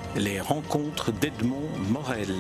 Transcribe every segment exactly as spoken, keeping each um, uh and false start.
Les rencontres d'Edmond Morel.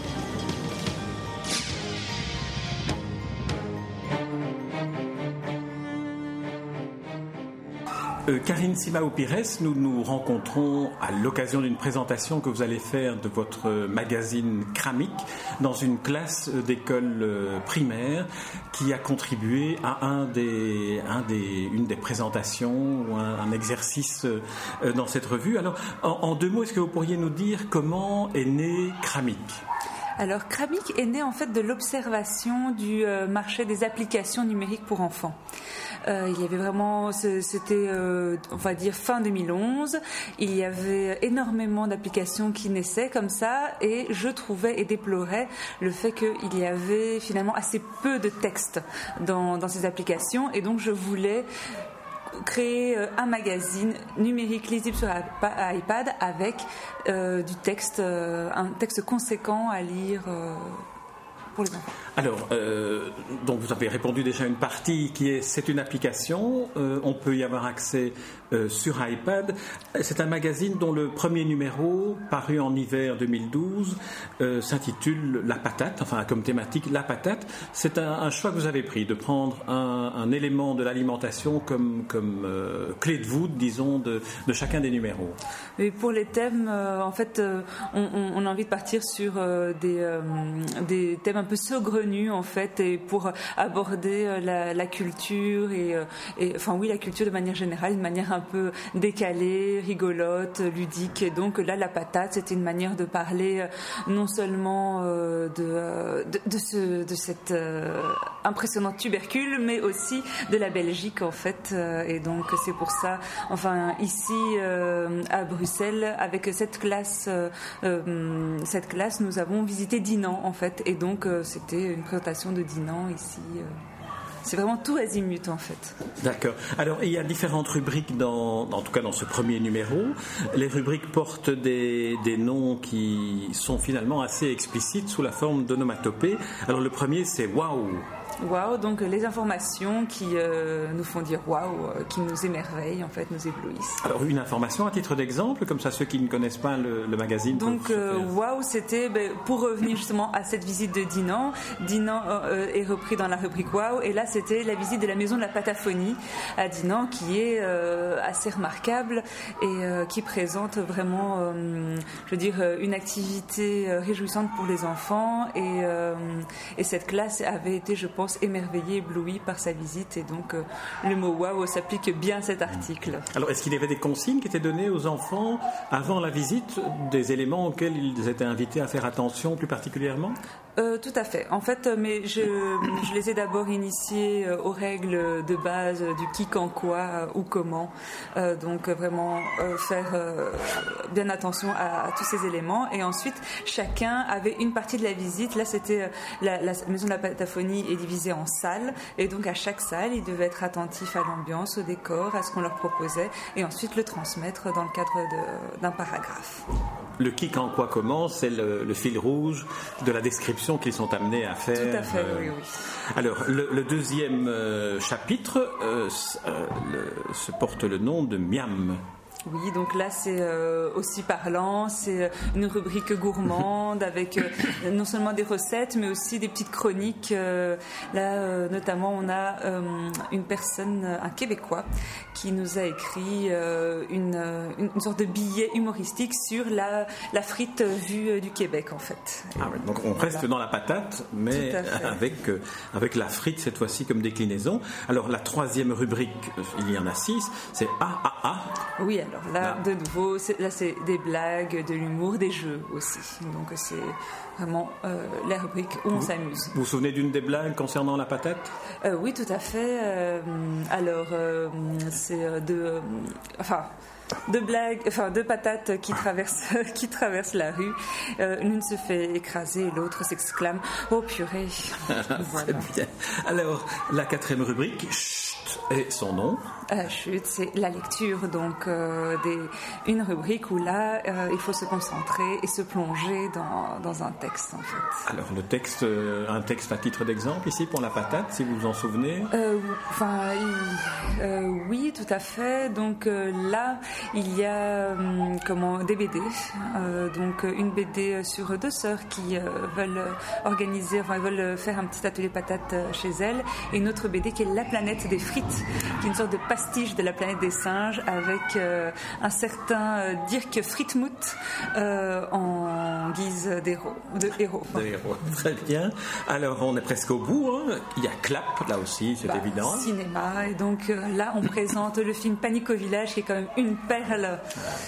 Euh, Karine Simao-Pires, nous nous rencontrons à l'occasion d'une présentation que vous allez faire de votre magazine Cramique dans une classe d'école primaire qui a contribué à un des, un des, une des présentations ou un, un exercice dans cette revue. Alors, en, en deux mots, est-ce que vous pourriez nous dire comment est né Cramique ? Alors, Cramique est né en fait de l'observation du euh, marché des applications numériques pour enfants. Euh, il y avait vraiment, c'était, euh, on va dire, fin deux mille onze. Il y avait énormément d'applications qui naissaient comme ça, et je trouvais et déplorais le fait qu'il y avait finalement assez peu de texte dans, dans ces applications, et donc je voulais créer un magazine numérique lisible sur iPad avec euh, du texte, euh, un texte conséquent à lire euh, pour les enfants. Alors, euh, donc vous avez répondu déjà à une partie qui est, c'est une application, euh, on peut y avoir accès euh, sur iPad. C'est un magazine dont le premier numéro, paru en hiver deux mille douze, euh, s'intitule La Patate, enfin comme thématique La Patate. C'est un, un choix que vous avez pris, de prendre un, un élément de l'alimentation comme, comme euh, clé de voûte, disons, de, de chacun des numéros. Et pour les thèmes, euh, en fait, euh, on, on a envie de partir sur euh, des, euh, des thèmes un peu saugrenus, en fait, et pour aborder la, la culture et, et enfin oui la culture de manière générale, une manière un peu décalée, rigolote, ludique. Et donc là, la patate, c'était une manière de parler non seulement euh, de, de, de, ce, de cette euh, impressionnante tubercule, mais aussi de la Belgique, en fait. Et donc c'est pour ça, enfin ici euh, à Bruxelles, avec cette classe, euh, cette classe, nous avons visité Dinan, en fait, et donc euh, c'était une présentation de Dinan ici. C'est vraiment tout azimut, en fait. D'accord. Alors, il y a différentes rubriques, dans, en tout cas dans ce premier numéro. Les rubriques portent des, des noms qui sont finalement assez explicites sous la forme d'onomatopées. Alors, le premier, c'est « Waouh ». Waouh, donc les informations qui euh, nous font dire waouh, euh, qui nous émerveillent, en fait, nous éblouissent. Alors, une information à titre d'exemple, comme ça ceux qui ne connaissent pas le, le magazine. Donc, euh, waouh, c'était, ben, pour revenir justement à cette visite de Dinan, Dinan euh, est repris dans la rubrique waouh, et là c'était la visite de la maison de la Pataphonie à Dinan, qui est euh, assez remarquable et euh, qui présente vraiment, euh, je veux dire, une activité réjouissante pour les enfants, et, euh, et cette classe avait été, je pense, émerveillé, ébloui par sa visite, et donc euh, le mot waouh s'applique bien à cet article. Alors, est-ce qu'il y avait des consignes qui étaient données aux enfants avant la visite, des éléments auxquels ils étaient invités à faire attention plus particulièrement ? Euh, tout à fait. En fait, mais je, je les ai d'abord initiés aux règles de base du qui, quand, quoi, où, comment. Euh, donc vraiment euh, faire euh, bien attention à, à tous ces éléments. Et ensuite, chacun avait une partie de la visite. Là, c'était la, la maison de la Pataphonie est divisée en salles, et donc à chaque salle, ils devaient être attentifs à l'ambiance, au décor, à ce qu'on leur proposait, et ensuite le transmettre dans le cadre de, d'un paragraphe. Le qui, quand, quoi, comment, c'est le, le fil rouge de la description qu'ils sont amenés à faire. Tout à fait, euh... oui, oui. Alors, le, le deuxième euh, chapitre euh, euh, le, se porte le nom de Miam. Oui, donc là c'est euh, aussi parlant, c'est une rubrique gourmande avec euh, non seulement des recettes mais aussi des petites chroniques. Euh, là euh, notamment on a euh, une personne, un Québécois, qui nous a écrit euh, une, une, une sorte de billet humoristique sur la, la frite vue du Québec, en fait. Ah ouais, donc on voilà. reste dans la patate, mais avec, euh, avec la frite cette fois-ci comme déclinaison. Alors la troisième rubrique, il y en a six, c'est A A A. Oui, alors là, de nouveau, c'est, là c'est des blagues, de l'humour, des jeux aussi. Donc c'est vraiment euh, la rubrique où on vous, s'amuse. Vous vous souvenez d'une des blagues concernant la patate ? euh, Oui, tout à fait. Euh, alors, euh, c'est de... Euh, enfin... Deux blagues, enfin deux patates qui traversent, qui traversent la rue. Euh, l'une se fait écraser et l'autre s'exclame « Oh purée !» Voilà. Très bien. Alors, la quatrième rubrique, chut. chute et son nom. La chute, c'est la lecture, donc euh, des, une rubrique où là, euh, il faut se concentrer et se plonger dans, dans un texte, en fait. Alors, le texte, euh, un texte à titre d'exemple, ici, pour la patate, si vous vous en souvenez. euh, Enfin, il, euh, oui, tout à fait. Donc euh, là, il y a hum, comment, des B D. Euh, donc, une B D sur deux sœurs qui euh, veulent organiser, enfin, veulent faire un petit atelier patate chez elles. Et une autre B D qui est La planète des frites, qui est une sorte de pastiche de la planète des singes avec euh, un certain euh, Dirk Frittmuth euh, en guise d'héros. De héros. De héros. Très bien. Alors, on est presque au bout. Hein. Il y a Clap, là aussi, c'est bah, évident. Cinéma. Et donc euh, là, on présente le film Panique au village, qui est quand même une perle.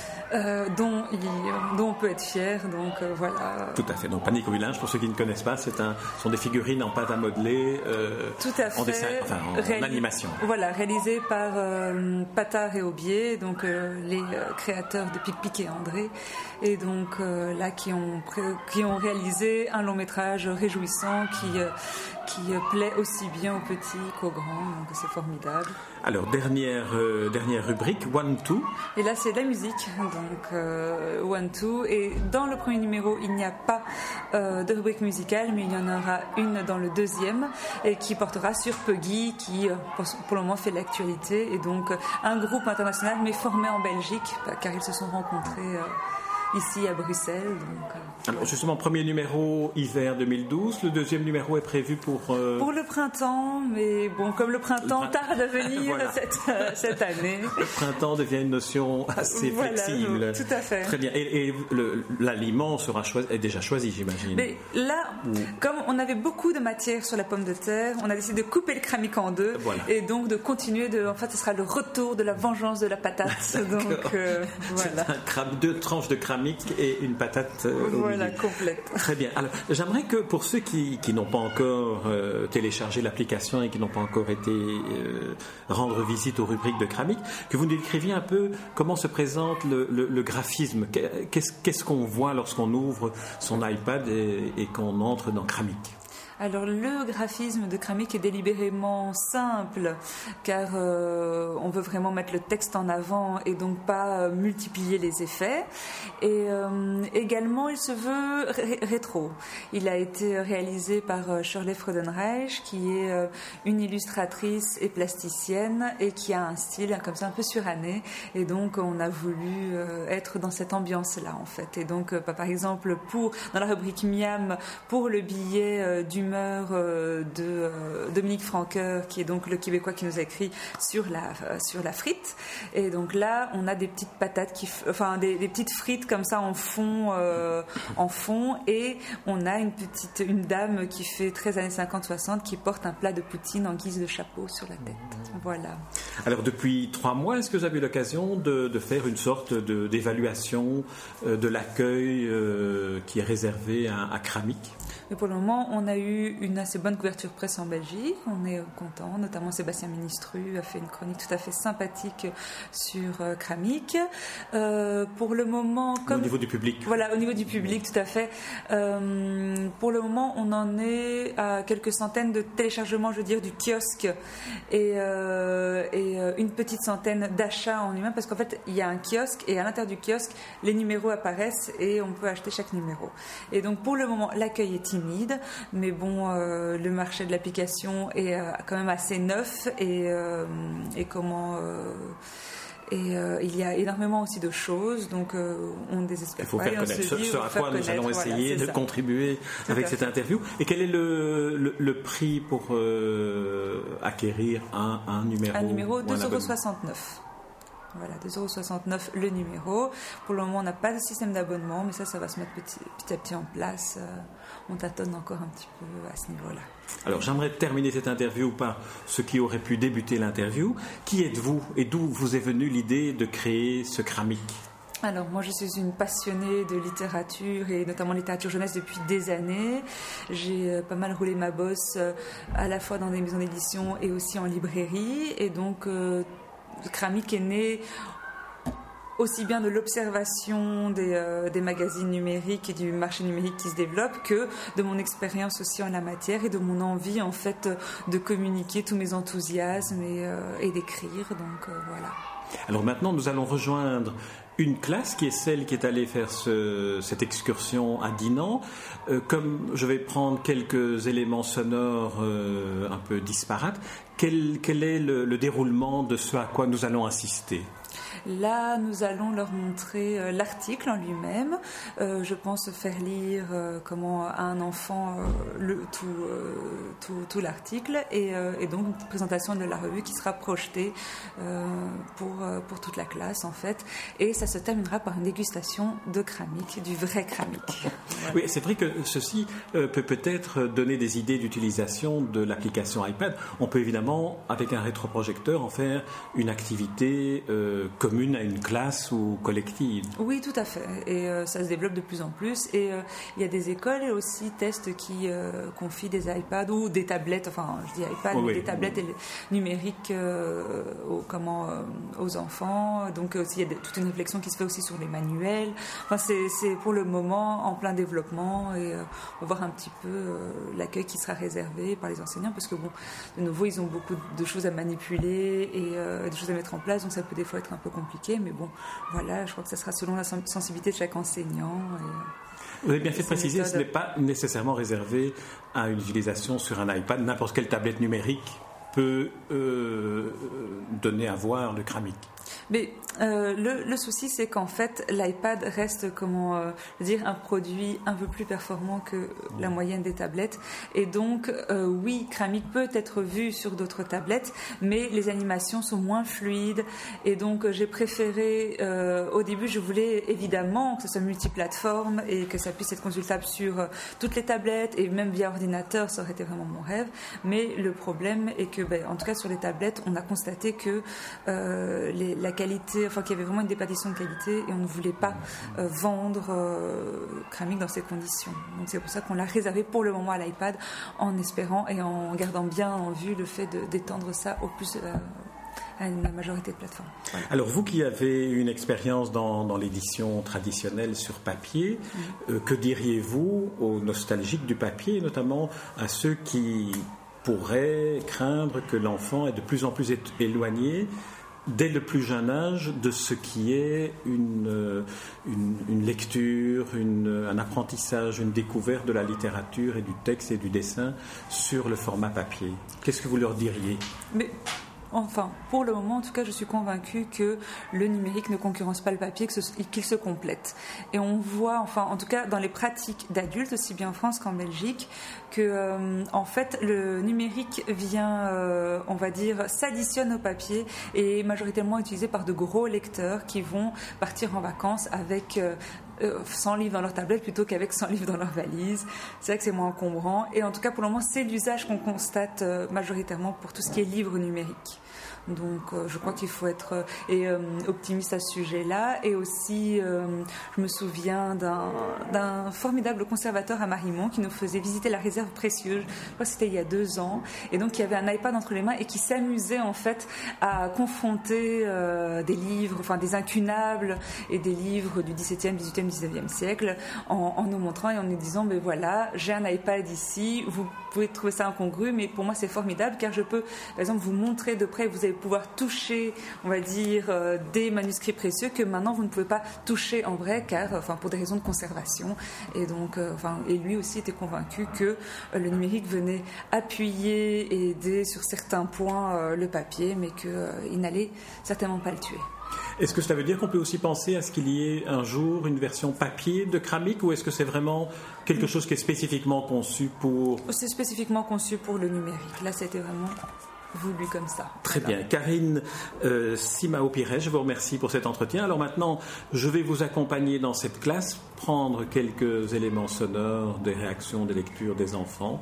Euh, dont, il, dont on peut être fier, donc euh, voilà. Tout à fait. Donc Panique au village, pour ceux qui ne connaissent pas, c'est un, sont des figurines en pâte à modeler, euh, Tout à fait. en dessin, enfin en, Réalis- en animation. Voilà, réalisé par euh, Patard et Aubier, donc euh, les euh, créateurs de Pic Pic et André, et donc euh, là qui ont qui ont réalisé un long métrage réjouissant qui euh, qui plaît aussi bien aux petits qu'aux grands, donc c'est formidable. Alors dernière euh, dernière rubrique, One Two. Et là c'est de la musique, donc euh, One Two. Et dans le premier numéro il n'y a pas euh, de rubrique musicale, mais il y en aura une dans le deuxième et qui portera sur Puggy, qui euh, pour, pour le moment fait l'actualité, et donc un groupe international mais formé en Belgique, car ils se sont rencontrés euh, ici à Bruxelles. Donc, euh, Alors justement, premier numéro hiver deux mille douze, le deuxième numéro est prévu pour... Euh... Pour le printemps, mais bon, comme le printemps le printemps... tarde à venir voilà. cette, euh, cette année. Le printemps devient une notion assez voilà, flexible. Donc, tout à fait. Très bien. Et, et le, l'aliment sera choisi, est déjà choisi, j'imagine. Mais là, Ou... comme on avait beaucoup de matière sur la pomme de terre, on a décidé de couper le cramique en deux, voilà. Et donc de continuer de... En fait, ce sera le retour de la vengeance de la patate. donc, euh, voilà. C'est un cram, deux tranches de cramique et une patate euh, au Voilà, milieu. complète. Très bien. Alors, j'aimerais que pour ceux qui, qui n'ont pas encore euh, téléchargé l'application et qui n'ont pas encore été euh, rendre visite aux rubriques de Cramique, que vous nous décriviez un peu comment se présente le, le, le graphisme. Qu'est-ce, qu'est-ce qu'on voit lorsqu'on ouvre son iPad et, et qu'on entre dans Cramique? Alors le graphisme de Cramique est délibérément simple, car euh, on veut vraiment mettre le texte en avant et donc pas euh, multiplier les effets. Et euh, également, il se veut ré- rétro. Il a été réalisé par euh, Shirley Freudenreich, qui est euh, une illustratrice et plasticienne et qui a un style comme ça un peu suranné. Et donc on a voulu euh, être dans cette ambiance-là en fait. Et donc euh, par exemple pour dans la rubrique Miam, pour le billet euh, du de euh, Dominique Franqueur, qui est donc le Québécois qui nous a écrit sur la euh, sur la frite. Et donc là, on a des petites patates qui, enfin des, des petites frites comme ça en fond, euh, en fond, et on a une petite une dame qui fait treize années cinquante soixante qui porte un plat de poutine en guise de chapeau sur la tête. Voilà. Alors depuis trois mois, est-ce que vous avez eu l'occasion de, de faire une sorte de, d'évaluation euh, de l'accueil euh, qui est réservé à, à Cramique? Mais pour le moment, on a eu une assez bonne couverture presse en Belgique. On est content, notamment Sébastien Ministru a fait une chronique tout à fait sympathique sur euh, Cramique. Euh, pour le moment, comme au niveau du public. Voilà, au niveau du public, tout à fait. Euh, pour le moment, on en est à quelques centaines de téléchargements, je veux dire, du kiosque et, euh, et une petite centaine d'achats en lui-même, parce qu'en fait, il y a un kiosque et à l'intérieur du kiosque, les numéros apparaissent et on peut acheter chaque numéro. Et donc, pour le moment, l'accueil est timide, mais bon, euh, le marché de l'application est euh, quand même assez neuf et, euh, et comment... Euh, Et euh, il y a énormément aussi de choses, donc euh, on désespère pas. Il faut faire connaître ce, ce à quoi nous allons essayer voilà, de ça. contribuer Tout avec cette fait. interview. Et quel est le, le, le prix pour euh, acquérir un, un numéro Un numéro, deux euros soixante-neuf. Voilà, deux euros soixante-neuf le numéro. Pour le moment, on n'a pas de système d'abonnement, mais ça, ça va se mettre petit, petit à petit en place. On tâtonne encore un petit peu à ce niveau-là. Alors, j'aimerais terminer cette interview par ce qui aurait pu débuter l'interview. Qui êtes-vous et d'où vous est venue l'idée de créer ce Cramique ? Alors moi je suis une passionnée de littérature et notamment littérature jeunesse depuis des années. J'ai pas mal roulé ma bosse à la fois dans des maisons d'édition et aussi en librairie. Et donc euh, Cramique est né aussi bien de l'observation des, euh, des magazines numériques et du marché numérique qui se développe que de mon expérience aussi en la matière et de mon envie en fait de communiquer tous mes enthousiasmes et, euh, et d'écrire. Donc euh, voilà. Alors maintenant, nous allons rejoindre une classe qui est celle qui est allée faire ce, cette excursion à Dinan. Euh, comme je vais prendre quelques éléments sonores euh, un peu disparates, quel, quel est le, le déroulement de ce à quoi nous allons assister ? Là, nous allons leur montrer euh, l'article en lui-même. Euh, je pense faire lire euh, comment à un enfant euh, le, tout, euh, tout, tout l'article et, euh, et donc une présentation de la revue qui sera projetée euh, pour, euh, pour toute la classe en fait. Et ça se terminera par une dégustation de kramik, du vrai kramik. Voilà. Oui, c'est vrai que ceci euh, peut peut-être donner des idées d'utilisation de l'application iPad. On peut évidemment, avec un rétroprojecteur, en faire une activité euh, commune à une classe ou collective. Oui, tout à fait. Et euh, ça se développe de plus en plus. Et euh, il y a des écoles et aussi tests qui euh, confient des iPads ou des tablettes, enfin je dis iPad, oh, mais oui. des tablettes numériques euh, aux, comment, euh, aux enfants. Donc aussi il y a toute une réflexion qui se fait aussi sur les manuels. Enfin, c'est, c'est pour le moment en plein développement et euh, on va voir un petit peu euh, l'accueil qui sera réservé par les enseignants parce que bon, de nouveau ils ont beaucoup de choses à manipuler et euh, des choses à mettre en place, donc ça peut des fois être un peu compliqué, mais bon, voilà, je crois que ça sera selon la sensibilité de chaque enseignant. Et, vous avez bien fait de préciser, méthodes... ce n'est pas nécessairement réservé à une utilisation sur un iPad. N'importe quelle tablette numérique peut euh, donner à voir le kramik. Mais euh, le, le souci, c'est qu'en fait, l'iPad reste, comment euh, dire, un produit un peu plus performant que la moyenne des tablettes. Et donc, euh, oui, kramik peut être vu sur d'autres tablettes, mais les animations sont moins fluides. Et donc, euh, j'ai préféré, euh, au début, je voulais évidemment que ce soit multiplateforme et que ça puisse être consultable sur euh, toutes les tablettes et même via ordinateur, ça aurait été vraiment mon rêve. Mais le problème est que, ben, en tout cas, sur les tablettes, on a constaté que euh, les, la qualité, enfin qu'il y avait vraiment une déperdition de qualité et on ne voulait pas euh, vendre euh, kramik dans ces conditions. Donc c'est pour ça qu'on l'a réservé pour le moment à l'iPad en espérant et en gardant bien en vue le fait de, d'étendre ça au plus euh, à une majorité de plateformes. Voilà. Alors vous qui avez une expérience dans, dans l'édition traditionnelle sur papier, mmh. euh, que diriez-vous aux nostalgiques du papier, notamment à ceux qui pourraient craindre que l'enfant est de plus en plus éloigné dès le plus jeune âge de ce qui est une, une, une lecture, une, un apprentissage, une découverte de la littérature et du texte et du dessin sur le format papier. Qu'est-ce que vous leur diriez ? Mais... Enfin, pour le moment, en tout cas, je suis convaincue que le numérique ne concurrence pas le papier, qu'il se complète. Et on voit, enfin, en tout cas, dans les pratiques d'adultes, aussi bien en France qu'en Belgique, que, euh, en fait, le numérique vient, euh, on va dire, s'additionne au papier et est majoritairement utilisé par de gros lecteurs qui vont partir en vacances avec euh, cent livres dans leur tablette plutôt qu'avec cent livres dans leur valise. C'est vrai que c'est moins encombrant. Et en tout cas, pour le moment, c'est l'usage qu'on constate euh, majoritairement pour tout ce qui est livre numérique. Donc euh, je crois qu'il faut être euh, et, euh, optimiste à ce sujet-là. Et aussi, euh, je me souviens d'un, d'un formidable conservateur à Marimont qui nous faisait visiter la réserve précieuse. Je crois que c'était il y a deux ans. Et donc, il y avait un iPad entre les mains et qui s'amusait en fait à confronter euh, des livres, enfin des incunables et des livres du dix-septième, dix-huitième, dix-neuvième siècle en, en nous montrant et en nous disant, ben voilà, j'ai un iPad ici, vous pouvez trouver ça incongru, mais pour moi c'est formidable car je peux, par exemple, vous montrer de près, vous allez pouvoir toucher, on va dire, euh, des manuscrits précieux que maintenant vous ne pouvez pas toucher en vrai, car, enfin, pour des raisons de conservation. Et donc, euh, enfin, et lui aussi était convaincu que euh, le numérique venait appuyer et aider sur certains points euh, le papier, mais qu'il euh, n'allait certainement pas le tuer. Est-ce que cela veut dire qu'on peut aussi penser à ce qu'il y ait un jour une version papier de kramik, ou est-ce que c'est vraiment quelque chose qui est spécifiquement conçu pour... C'est spécifiquement conçu pour le numérique. Là, c'était vraiment voulu comme ça. Très voilà. bien. Karine euh, Simao-Pires, je vous remercie pour cet entretien. Alors maintenant, je vais vous accompagner dans cette classe, prendre quelques éléments sonores des réactions, des lectures des enfants,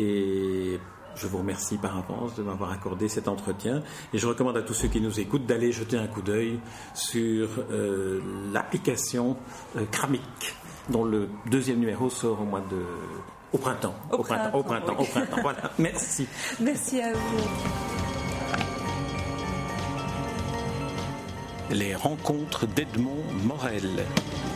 et... je vous remercie par avance de m'avoir accordé cet entretien et je recommande à tous ceux qui nous écoutent d'aller jeter un coup d'œil sur euh, l'application euh, kramik, dont le deuxième numéro sort au mois de... au printemps. Au, au printemps, printemps, au printemps, oui. au printemps. Voilà. Merci. Merci à vous. les rencontres d'Edmond Morel.